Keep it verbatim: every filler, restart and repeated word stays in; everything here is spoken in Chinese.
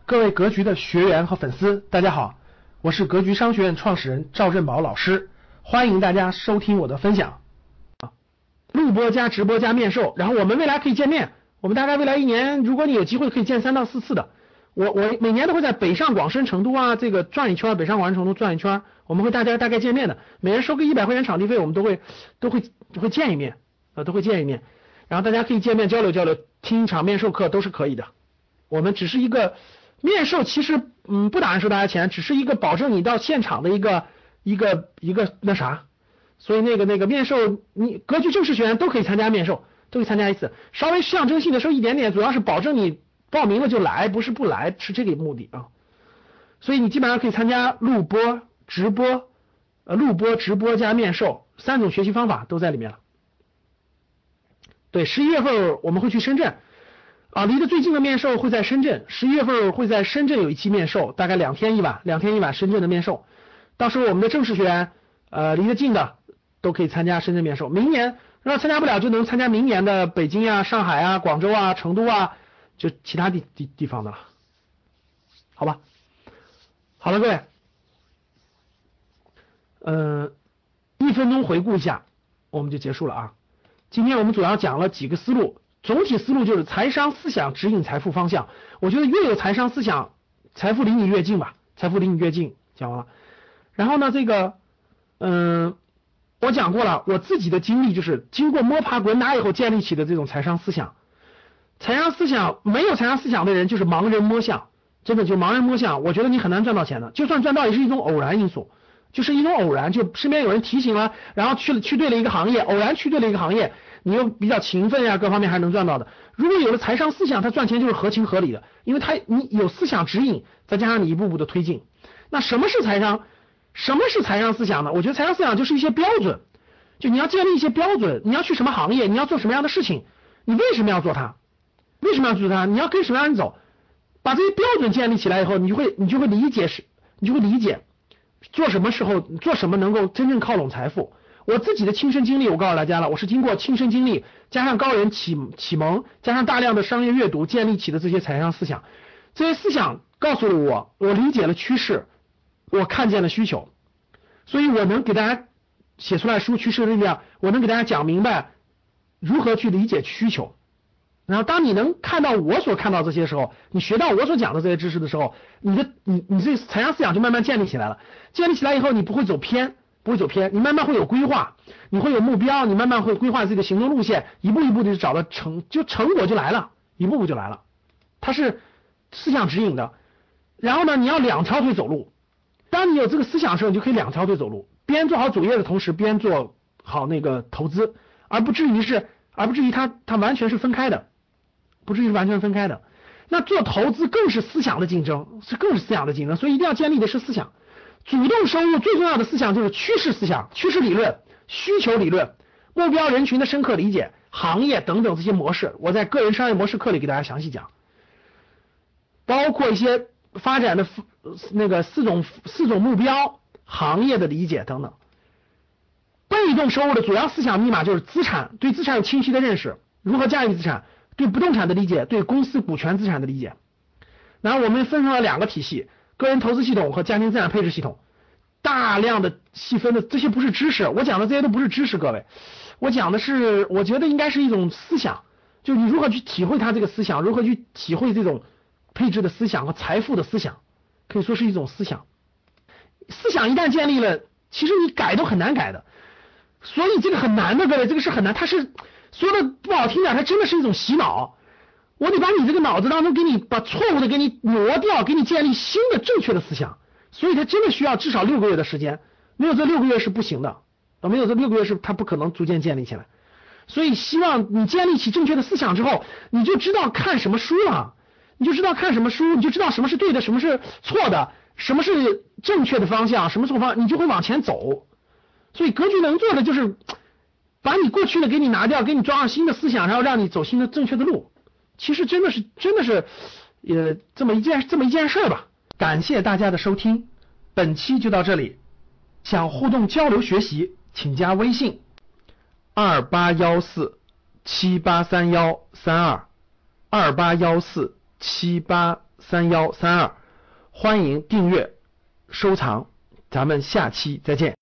各位格局的学员和粉丝，大家好，我是格局商学院创始人赵振宝老师，欢迎大家收听我的分享。录播加直播加面授，然后我们未来可以见面，我们大概未来一年，如果你有机会可以见三到四次的。我我每年都会在北上广深成都啊这个转一圈，北上广深成都转一圈，我们会大家大概见面的，每人收个一百块钱场地费，我们都会都会会见一面，呃都会见一面，然后大家可以见面交流交流，听一场面授课都是可以的。我们只是一个面授，其实嗯不打算收大家钱，只是一个保证你到现场的一个一个一个那啥，所以那个那个面授，你格局正式学员都可以参加面授，都可以参加一次，稍微象征性的收一点点，主要是保证你报名了就来，不是不来，是这个目的啊。所以你基本上可以参加录播、直播，呃，录播、直播加面授三种学习方法都在里面了。对，十一月份我们会去深圳啊，离得最近的面授会在深圳，十一月份会在深圳有一期面授，大概两天一晚，两天一晚深圳的面授。到时候我们的正式学员，呃，离得近的都可以参加深圳面授。明年如果参加不了，就能参加明年的北京啊、上海啊、广州啊、成都啊。就其他地地地方的了，好吧？好了，各位，呃，一分钟回顾一下，我们就结束了啊。今天我们主要讲了几个思路，总体思路就是财商思想指引财富方向。我觉得越有财商思想，财富离你越近吧，财富离你越近。讲完了，然后呢，这个，嗯、呃，我讲过了，我自己的经历就是经过摸爬滚打以后建立起的这种财商思想。财商思想没有财商思想的人就是盲人摸象，真的就盲人摸象，我觉得你很难赚到钱的，就算赚到也是一种偶然因素，就是一种偶然，就身边有人提醒了，然后去了去对了一个行业，偶然去对了一个行业，你又比较勤奋呀，各方面还能赚到的。如果有了财商思想，他赚钱就是合情合理的，因为他你有思想指引，再加上你一步步的推进。那什么是财商？什么是财商思想呢？我觉得财商思想就是一些标准，就你要建立一些标准，你要去什么行业，你要做什么样的事情，你为什么要做它？为什么要做它？你要跟什么样的人走？把这些标准建立起来以后，你就会你就会理解是，你就会理解做什么时候做什么能够真正靠拢财富。我自己的亲身经历，我告诉大家了，我是经过亲身经历，加上高人启启蒙，加上大量的商业阅读建立起的这些财商思想。这些思想告诉了我，我理解了趋势，我看见了需求，所以我能给大家写出来书《趋势的力量》，我能给大家讲明白如何去理解需求。然后当你能看到我所看到这些时候，你学到我所讲的这些知识的时候，你的你你这财商思想就慢慢建立起来了。建立起来以后，你不会走偏，不会走偏，你慢慢会有规划，你会有目标，你慢慢会规划自己的行动路线，一步一步的就找到成就成果就来了，一步步就来了。它是思想指引的。然后呢，你要两条腿走路。当你有这个思想的时候，你就可以两条腿走路，边做好主业的同时，边做好那个投资，而不至于是而不至于它它完全是分开的。不至于完全分开的。那做投资更是思想的竞争，是更是思想的竞争，所以一定要建立的是思想。主动收入最重要的思想就是趋势思想、趋势理论、需求理论、目标人群的深刻理解、行业等等这些模式，我在个人商业模式课里给大家详细讲，包括一些发展的那个四种四种目标、行业的理解等等。被动收入的主要思想密码就是资产，对资产有清晰的认识，如何驾驭资产。对不动产的理解，对公司股权资产的理解。然后我们分成了两个体系，个人投资系统和家庭资产配置系统，大量的细分的，这些不是知识，我讲的这些都不是知识，各位，我讲的是我觉得应该是一种思想，就你如何去体会它这个思想，如何去体会这种配置的思想和财富的思想，可以说是一种思想。思想一旦建立了，其实你改都很难改的，所以这个很难的，各位，这个是很难，它是说的不好听点，它真的是一种洗脑。我得把你这个脑子当中给你把错误的给你挪掉，给你建立新的正确的思想，所以它真的需要至少六个月的时间，没有这六个月是不行的，没有这六个月是它不可能逐渐建立起来。所以希望你建立起正确的思想之后，你就知道看什么书了，你就知道看什么书，你就知道什么是对的，什么是错的，什么是正确的方向，什么错方向，你就会往前走。所以格局能做的就是把你过去的给你拿掉，给你装上新的思想，然后让你走新的正确的路。其实真的是真的是呃这么一件这么一件事吧。感谢大家的收听，本期就到这里。想互动交流学习，请加微信二八幺四七八三幺三二二八幺四七八三一三二，欢迎订阅收藏，咱们下期再见。